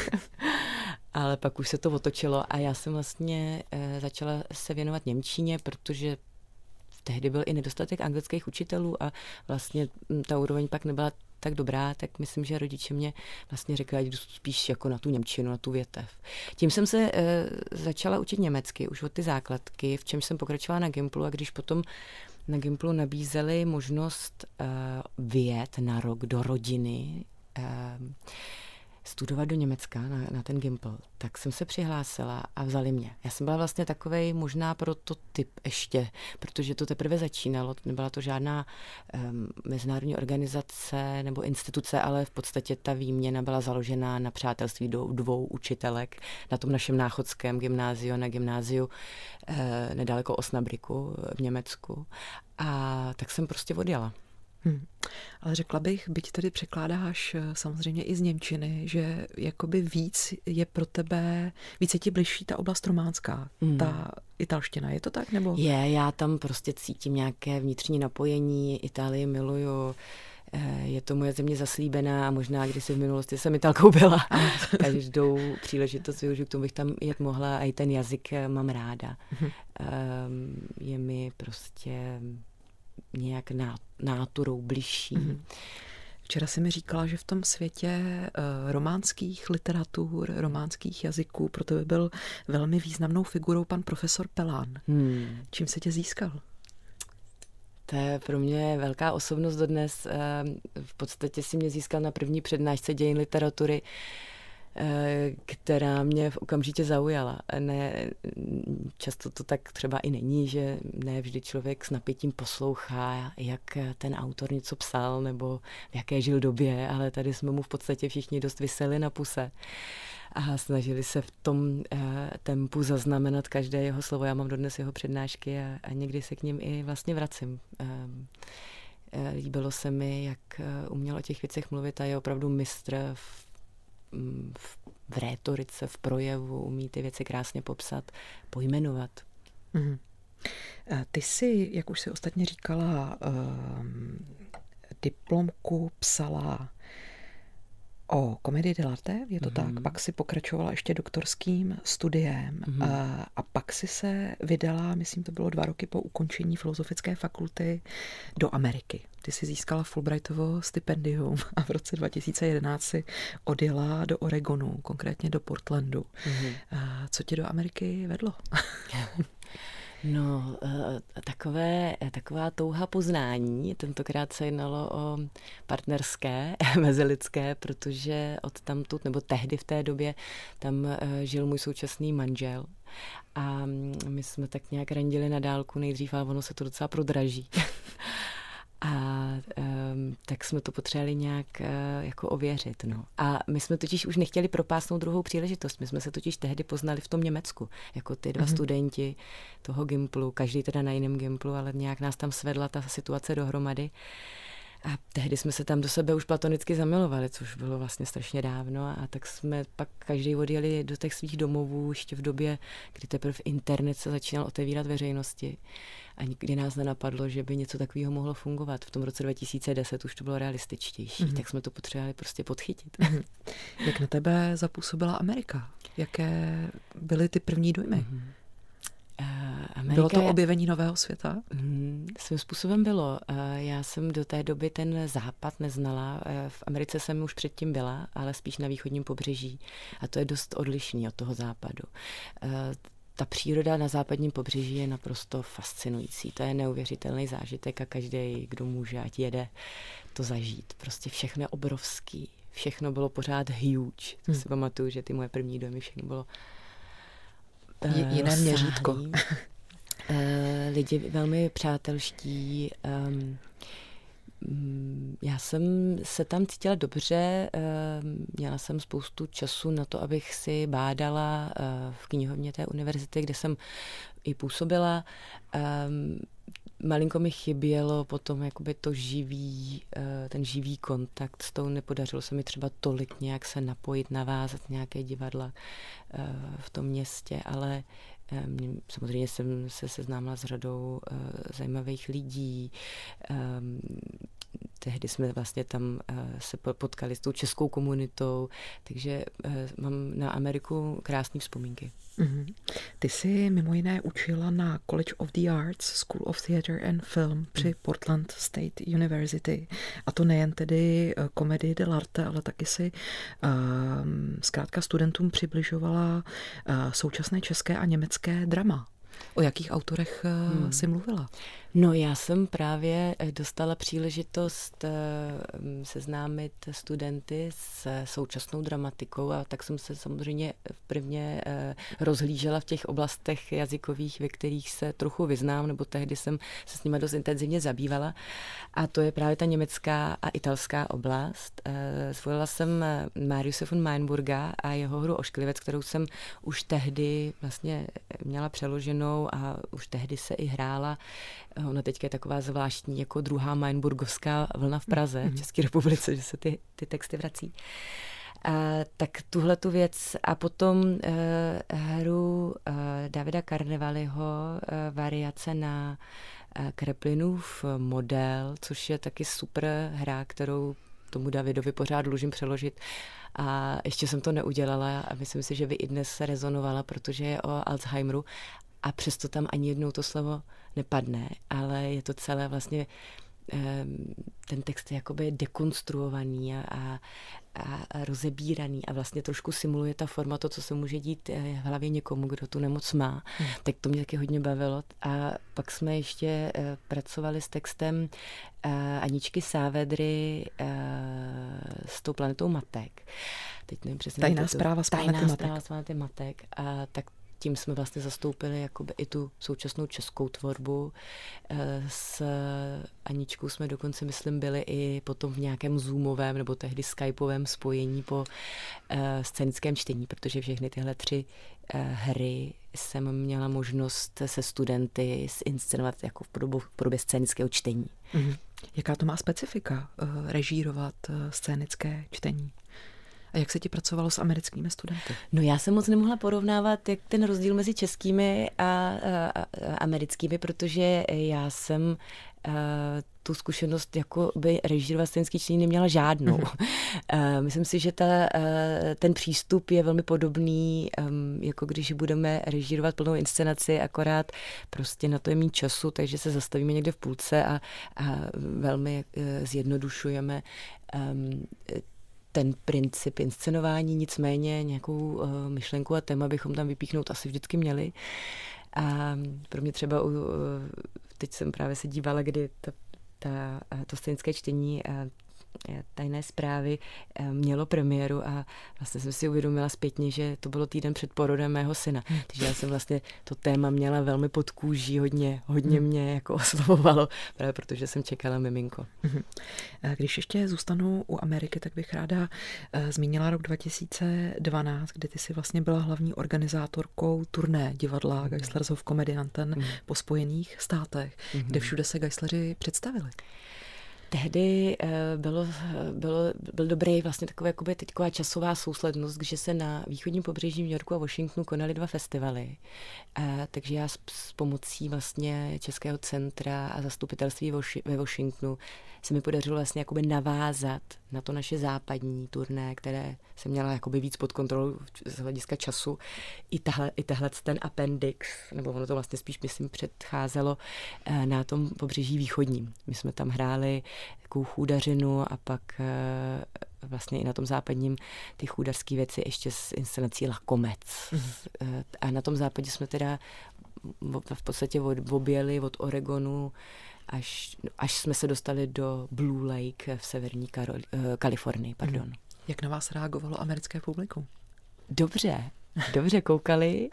ale pak už se to otočilo a já jsem vlastně uh, začala se věnovat němčině, protože tehdy byl i nedostatek anglických učitelů a vlastně ta úroveň pak nebyla tak dobrá, tak myslím, že rodiče mě vlastně řekli, ať jdu spíš jako na tu němčinu, na tu větev. Tím jsem se e, začala učit německy, už od ty základky, v čem jsem pokračovala na Gimplu a když potom na Gimplu nabízeli možnost e, vyjet na rok do rodiny, e, studovat do Německa na, na ten Gimpl, tak jsem se přihlásila a vzali mě. Já jsem byla vlastně takovej možná prototyp ještě, protože to teprve začínalo, nebyla to žádná um, mezinárodní organizace nebo instituce, ale v podstatě ta výměna byla založena na přátelství do dvou učitelek na tom našem náchodském gymnáziu, na gymnáziu eh, nedaleko Osnabriku v Německu. A tak jsem prostě odjela. Hmm. Ale řekla bych, byť tedy překládáš samozřejmě i z němčiny, že jakoby víc je pro tebe, víc je ti bližší ta oblast románská, hmm. ta italština. Je to tak? Nebo? Je, já tam prostě cítím nějaké vnitřní napojení, Itálii miluju, je to moje země zaslíbená a možná kdysi v minulosti jsem Italkou byla. Každou příležitost využiju k tomu, bych tam jet mohla a i ten jazyk mám ráda. Hmm. Je mi prostě nějak náturou bližší. Mm-hmm. Včera jsi mi říkala, že v tom světě uh, románských literatur, románských jazyků pro tebe byl velmi významnou figurou pan profesor Pelán. Hmm. Čím se tě získal? To je pro mě velká osobnost dodnes. V podstatě si mě získal na první přednášce dějin literatury, která mě okamžitě zaujala. Ne, často to tak třeba i není, že ne vždy člověk s napětím poslouchá, jak ten autor něco psal nebo v jaké žil době, ale tady jsme mu v podstatě všichni dost viseli na puse a snažili se v tom eh, tempu zaznamenat každé jeho slovo. Já mám dodnes jeho přednášky a, a někdy se k ním i vlastně vracím. Eh, líbilo se mi, jak uměl o těch věcech mluvit a je opravdu mistr v V, v rétorice, v projevu, umí ty věci krásně popsat, pojmenovat. Mm. Ty jsi, jak už jsi ostatně říkala, um, diplomku psala o komedii dell'arte, je to mm. tak? Pak si pokračovala ještě doktorským studiem mm. a, a pak si se vydala, myslím, to bylo dva roky po ukončení filozofické fakulty, do Ameriky. Ty jsi získala Fulbrightovo stipendium a v roce dva tisíce jedenáct si odjela do Oregonu, konkrétně do Portlandu. Mm. A co tě do Ameriky vedlo? No, takové, taková touha poznání, tentokrát se jednalo o partnerské, mezilidské, protože od tamtud, nebo tehdy v té době, tam žil můj současný manžel a my jsme tak nějak randili na dálku nejdřív, ale ono se to docela prodraží. A um, tak jsme to potřebovali nějak uh, jako ověřit. No. A my jsme totiž už nechtěli propásnout druhou příležitost. My jsme se totiž tehdy poznali v tom Německu, jako ty dva mm-hmm. studenti toho Gimplu, každý teda na jiném Gimplu, ale nějak nás tam svedla ta situace dohromady. A tehdy jsme se tam do sebe už platonicky zamilovali, což bylo vlastně strašně dávno. A tak jsme pak každý odjeli do těch svých domovů ještě v době, kdy teprve internet se začínal otevírat veřejnosti. A nikdy nás nenapadlo, že by něco takového mohlo fungovat. V tom roce dva tisíce deset už to bylo realističtější, mm-hmm. tak jsme to potřebovali prostě podchytit. Mm-hmm. Jak na tebe zapůsobila Amerika? Jaké byly ty první dojmy? Mm-hmm. Uh, bylo to objevení nového světa? Mm, svým způsobem bylo. Uh, já jsem do té doby ten západ neznala. Uh, v Americe jsem už předtím byla, ale spíš na východním pobřeží. A to je dost odlišný od toho západu. Uh, Ta příroda na západním pobřeží je naprosto fascinující. To je neuvěřitelný zážitek a každý, kdo může, ať jede, to zažít. Prostě všechno je obrovský. Všechno bylo pořád huge. To hmm. si pamatuju, že ty moje první domy, všechno bylo uh, jiné rozsáhlý. Měřítko. uh, lidi velmi přátelští. Um, Já jsem se tam cítila dobře, měla jsem spoustu času na to, abych si bádala v knihovně té univerzity, kde jsem i působila. Malinko mi chybělo potom jakoby to živý, ten živý kontakt s tou, nepodařilo se mi třeba tolik nějak se napojit, navázat nějaké divadla v tom městě, ale samozřejmě jsem se seznámila s řadou uh, zajímavých lidí. Um, tehdy jsme vlastně tam uh, se potkali s tou českou komunitou, takže uh, mám na Ameriku krásné vzpomínky. Mm-hmm. Ty jsi mimo jiné učila na College of the Arts, School of Theatre and Film při mm. Portland State University. A to nejen tedy komedii dell'arte, ale taky si um, zkrátka studentům přibližovala uh, současné české a německé drama. O jakých autorech uh, hmm. jsi mluvila? No já jsem právě dostala příležitost seznámit studenty s současnou dramatikou a tak jsem se samozřejmě prvně rozhlížela v těch oblastech jazykových, ve kterých se trochu vyznám, nebo tehdy jsem se s nimi dost intenzivně zabývala. A to je právě ta německá a italská oblast. Zvolila jsem Mariuse von Meinburga a jeho hru Ošklivec, kterou jsem už tehdy vlastně měla přeloženou a už tehdy se i hrála. Ona teďka je taková zvláštní, jako druhá Meinburgovská vlna v Praze, mm-hmm. v České republice, že se ty, ty texty vrací. A, tak tuhle tu věc a potom uh, hru uh, Davida Karnevaliho uh, variace na uh, Kreplinův model, což je taky super hra, kterou tomu Davidovi pořád dlužím přeložit. A ještě jsem to neudělala a myslím si, že by i dnes rezonovala, protože je o Alzheimeru a přesto tam ani jednou to slovo nepadne, ale je to celé vlastně, ten text je jakoby dekonstruovaný a, a, a rozebíraný a vlastně trošku simuluje ta forma to, co se může dít v hlavě někomu, kdo tu nemoc má. Hmm. Tak to mě taky hodně bavilo. A pak jsme ještě pracovali s textem Aničky Sávedry s tou planetou matek. Teď nevím přesně. Tajná zpráva z planety matek. Tajná zpráva z planety matek. A tak tím jsme vlastně zastoupili jakoby i tu současnou českou tvorbu. S Aničkou jsme dokonce, myslím, byli i potom v nějakém zoomovém nebo tehdy skypovém spojení po scénickém čtení, protože všechny tyhle tři hry jsem měla možnost se studenty zinscenovat jako v podobě, v podobě scénického čtení. Mm-hmm. Jaká to má specifika, režírovat scénické čtení? A jak se ti pracovalo s americkými studenty? No já jsem moc nemohla porovnávat jak ten rozdíl mezi českými a, a, a americkými, protože já jsem a, tu zkušenost jako by režírovat scénický čtení neměla žádnou. Mm-hmm. Myslím si, že ta, ten přístup je velmi podobný, jako když budeme režírovat plnou inscenaci, akorát prostě na to je mít času, takže se zastavíme někde v půlce a, a velmi zjednodušujeme ten princip inscenování, nicméně nějakou uh, myšlenku a téma bychom tam vypíchnout asi vždycky měli. A pro mě třeba, uh, teď jsem právě se dívala, kdy ta, ta, to scénické čtení uh, Tajné zprávy mělo premiéru a vlastně jsem si uvědomila zpětně, že to bylo týden před porodem mého syna. Takže já jsem vlastně to téma měla velmi pod kůží, hodně, hodně mě jako oslovovalo, právě protože jsem čekala miminko. Když ještě zůstanu u Ameriky, tak bych ráda zmínila rok dva tisíce dvanáct, kdy ty jsi vlastně byla hlavní organizátorkou turné divadla Geislershof Komedianten po Spojených státech, kde všude se Geisleri představili. Tehdy bylo, bylo, byl dobrý vlastně taková jakoby teďková časová souslednost, že se na východním pobřeží v New Yorku a Washingtonu konaly dva festivaly. A, takže já s, s pomocí vlastně Českého centra a zastupitelství ve Washingtonu se mi podařilo vlastně jakoby navázat na to naše západní turné, které jsem měla jakoby víc pod kontrolou z hlediska času. I, tahle, i tahle ten appendix, nebo ono to vlastně spíš, myslím, předcházelo na tom pobřeží východním. My jsme tam hráli takovou chůdařinu a pak vlastně i na tom západním ty chůdařské věci ještě s inscenací Lakomec. Mm-hmm. A na tom západě jsme teda v podstatě objeli od Oregonu až, až jsme se dostali do Blue Lake v severní Karol, Kalifornii. Pardon. Mm. Jak na vás reagovalo americké publikum? Dobře, dobře koukali,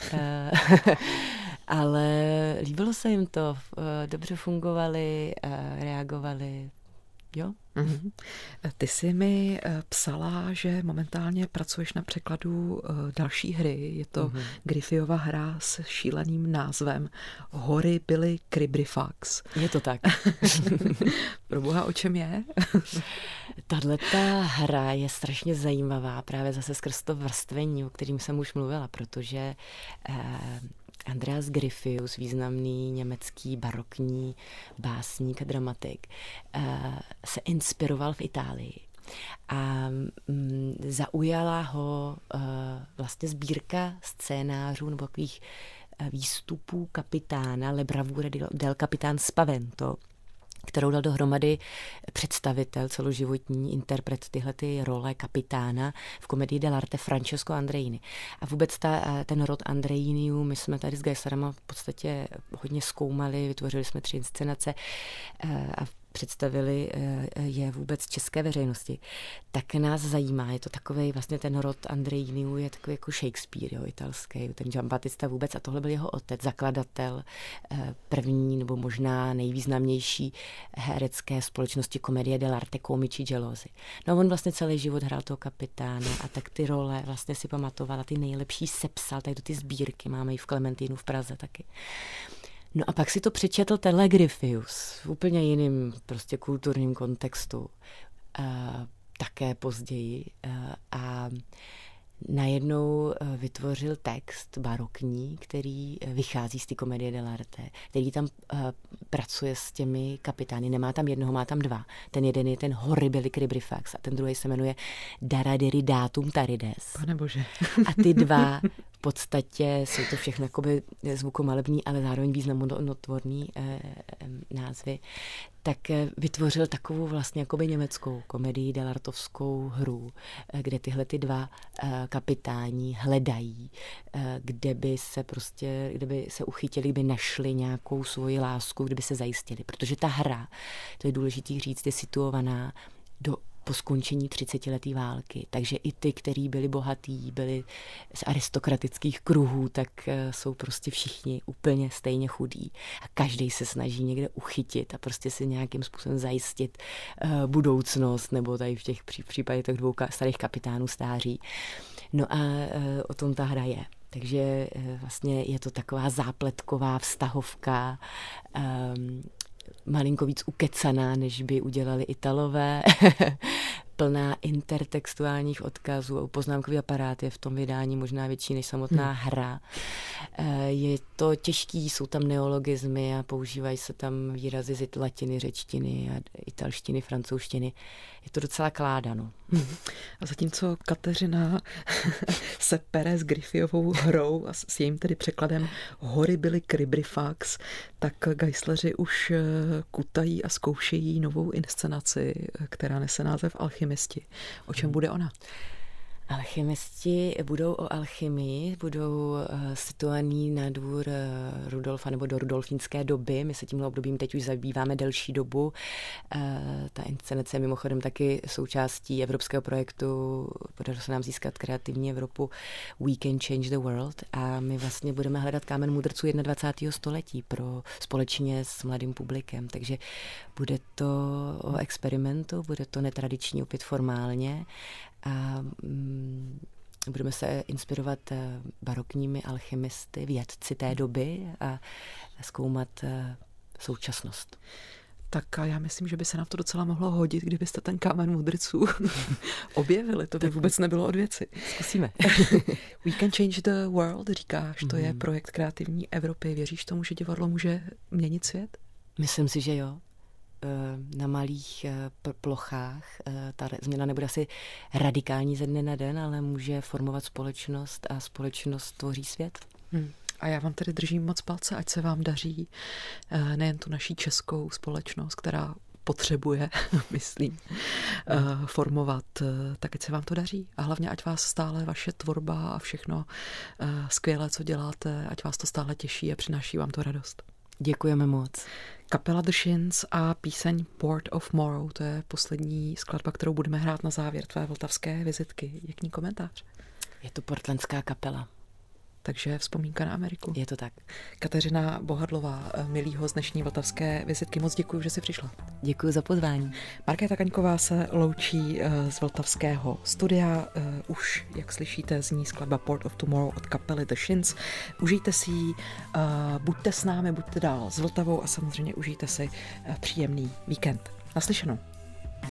ale líbilo se jim to, dobře fungovali, reagovali. Jo? Mm-hmm. Ty jsi mi psala, že momentálně pracuješ na překladu další hry. Je to mm-hmm. Griffithova hra s šíleným názvem Hory byly Kribrifax. Je to tak. Proboha, o čem je? Tahleta hra je strašně zajímavá právě zase skrz to vrstvení, o kterým jsem už mluvila, protože eh, Andreas Gryphius, významný německý barokní básník a dramatik, se inspiroval v Itálii. A zaujala ho vlastně sbírka scénářů nebo takových výstupů kapitána Le Bravure del Capitán Spavento, kterou dal dohromady představitel celoživotní, interpret tyhle ty role kapitána v komedii dell'arte Francesco Andreini. A vůbec ta, ten rod Andreiniů, my jsme tady s Geislerem v podstatě hodně zkoumali, vytvořili jsme tři inscenace a představili je vůbec české veřejnosti, tak nás zajímá. Je to takovej, vlastně ten rod Andreiniů je takový jako Shakespeare, jo, italský, ten Giambattista vůbec, a tohle byl jeho otec, zakladatel první nebo možná nejvýznamnější herecké společnosti Commedia dell'arte Comici Gelosi. No on vlastně celý život hrál toho kapitána a tak ty role vlastně si pamatovala, ty nejlepší sepsal, tady do ty sbírky, máme ji v Klementínu v Praze taky. No a pak si to přečetl tenhle Gryphius v úplně jiným prostě kulturním kontextu, uh, také později uh, a najednou vytvořil text barokní, který vychází z té komedie dell'arte, který tam uh, pracuje s těmi kapitány. Nemá tam jednoho, má tam dva. Ten jeden je ten Horribili Cribrifax a ten druhý se jmenuje Daradiri Datum Tarides. Pane bože. A ty dva v podstatě jsou to všechno jakoby zvukomalební, ale zároveň významnotvorný eh, eh, názvy. Tak eh, vytvořil takovou vlastně jakoby německou komedii dell'artovskou hru, eh, kde tyhle ty dva eh, kapitáni hledají, eh, kde by se prostě, kde by se uchytili, kdyby našli nějakou svoji lásku, kdyby se zajistili. Protože ta hra, to je důležitý říct, je situovaná do po skončení třicetileté války. Takže i ty, kteří byli bohatí, byli z aristokratických kruhů, tak jsou prostě všichni úplně stejně chudí. A každý se snaží někde uchytit a prostě si nějakým způsobem zajistit uh, budoucnost, nebo tady v těch pří, případě těch dvou starých kapitánů stáří. No a uh, o tom ta hra je. Takže uh, vlastně je to taková zápletková vztahovka, um, malinko víc ukecaná, než by udělali Italové, plná intertextuálních odkazů. Poznámkový aparát je v tom vydání možná větší než samotná hmm. hra. Je to těžký, jsou tam neologismy a používají se tam výrazy z latiny, řečtiny, a italštiny, francouzštiny. Je to docela kládano. Hmm. A zatímco Kateřina se pere s Gryphiovou hrou a s jejím tedy překladem Horribili Cribrifax, tak Geisleři už kutají a zkoušejí novou inscenaci, která nese název Alchymisti. O čem bude ona? Alchymisti budou o alchymii, budou uh, situovaní na dvůr uh, Rudolfa nebo do rudolfínské doby. My se tímhle obdobím teď už zabýváme delší dobu. Uh, ta inscenace je mimochodem taky součástí evropského projektu, podařilo se nám získat kreativní Evropu We Can Change the World a my vlastně budeme hledat kámen mudrců dvacátého prvního století pro společně s mladým publikem. Takže bude to o experimentu, bude to netradiční opět formálně. A mm, budeme se inspirovat barokními alchymisty, vědci té doby a zkoumat současnost. Tak a já myslím, že by se nám to docela mohlo hodit, kdybyste ten kámen mudrců objevili. To by vůbec nebylo od věci. Zkusíme. We Can Change the World, říkáš, to je projekt kreativní Evropy. Věříš tomu, že divadlo může měnit svět? Myslím si, že jo. Na malých plochách. Ta změna nebude asi radikální ze dne na den, ale může formovat společnost a společnost tvoří svět. Hmm. A já vám tedy držím moc palce, ať se vám daří nejen tu naší českou společnost, která potřebuje, myslím, hmm. formovat, tak ať se vám to daří. A hlavně, ať vás stále vaše tvorba a všechno skvělé, co děláte, ať vás to stále těší a přináší vám to radost. Děkujeme moc. Kapela The Shins a píseň Port of Morrow, to je poslední skladba, kterou budeme hrát na závěr tvé vltavské vizitky. Jaký komentář? Je to portlandská kapela. Takže vzpomínka na Ameriku. Je to tak. Kateřina Bohadlová, milýho z dnešní vltavské vizitky, moc děkuji, že jsi přišla. Děkuji za pozvání. Markéta Kaňková se loučí z vltavského studia. Už, jak slyšíte, zní skladba Port of Tomorrow od kapely The Shins. Užijte si ji, buďte s námi, buďte dál s Vltavou a samozřejmě užijte si příjemný víkend. Naslyšenou.